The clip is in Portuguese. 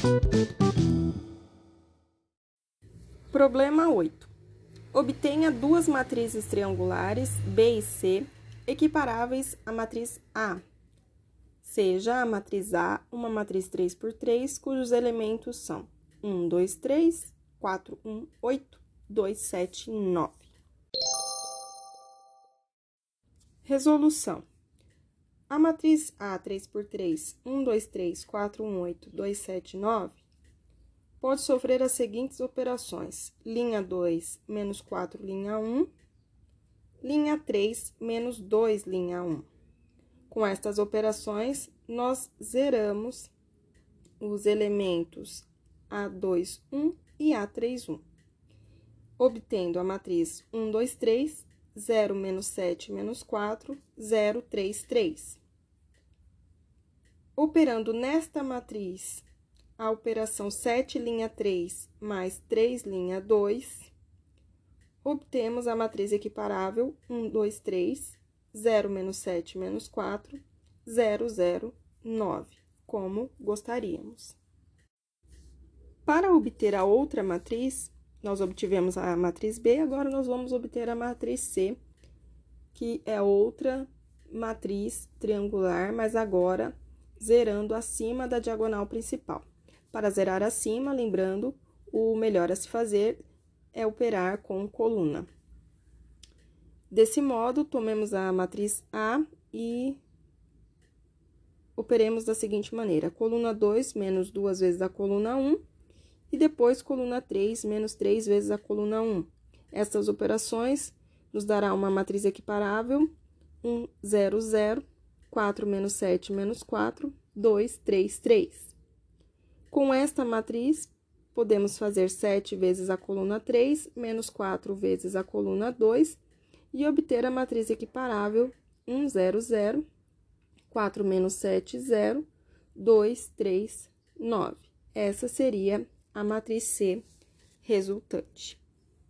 Problema 8. Obtenha duas matrizes triangulares B e C equiparáveis à matriz A. Seja a matriz A uma matriz 3x3, cujos elementos são 1, 2, 3, 4, 1, 8, 2, 7, 9. Resolução. A matriz A 3x3, 1, 2, 3, 4, 1, 8, 2, 7, 9, pode sofrer as seguintes operações: linha 2, menos 4, linha 1, linha 3, menos 2, linha 1. Com estas operações, nós zeramos os elementos A2, 1 e A3, 1, obtendo a matriz 1, 2, 3, 0, menos 7, menos 4, 0, 3, 3. Operando nesta matriz, a operação 7, linha 3, mais 3, linha 2, obtemos a matriz equiparável 1, 2, 3, 0, menos 7, menos 4, 0, 0, 9, como gostaríamos. Para obter a outra matriz, nós obtivemos a matriz B, agora nós vamos obter a matriz C, que é outra matriz triangular, mas agora zerando acima da diagonal principal. Para zerar acima, lembrando, o melhor a se fazer é operar com coluna. Desse modo, tomemos a matriz A e operemos da seguinte maneira: coluna 2 menos 2 vezes a coluna 1, e depois coluna 3 menos 3 vezes a coluna 1. Estas operações nos dará uma matriz equiparável: 1, 0, 0, 4 menos 7 menos 4, 2, 3, 3. Com esta matriz, podemos fazer 7 vezes a coluna 3, menos 4 vezes a coluna 2, e obter a matriz equiparável 1, 0, 0, 4 menos 7, 0, 2, 3, 9. Essa seria a matriz C resultante.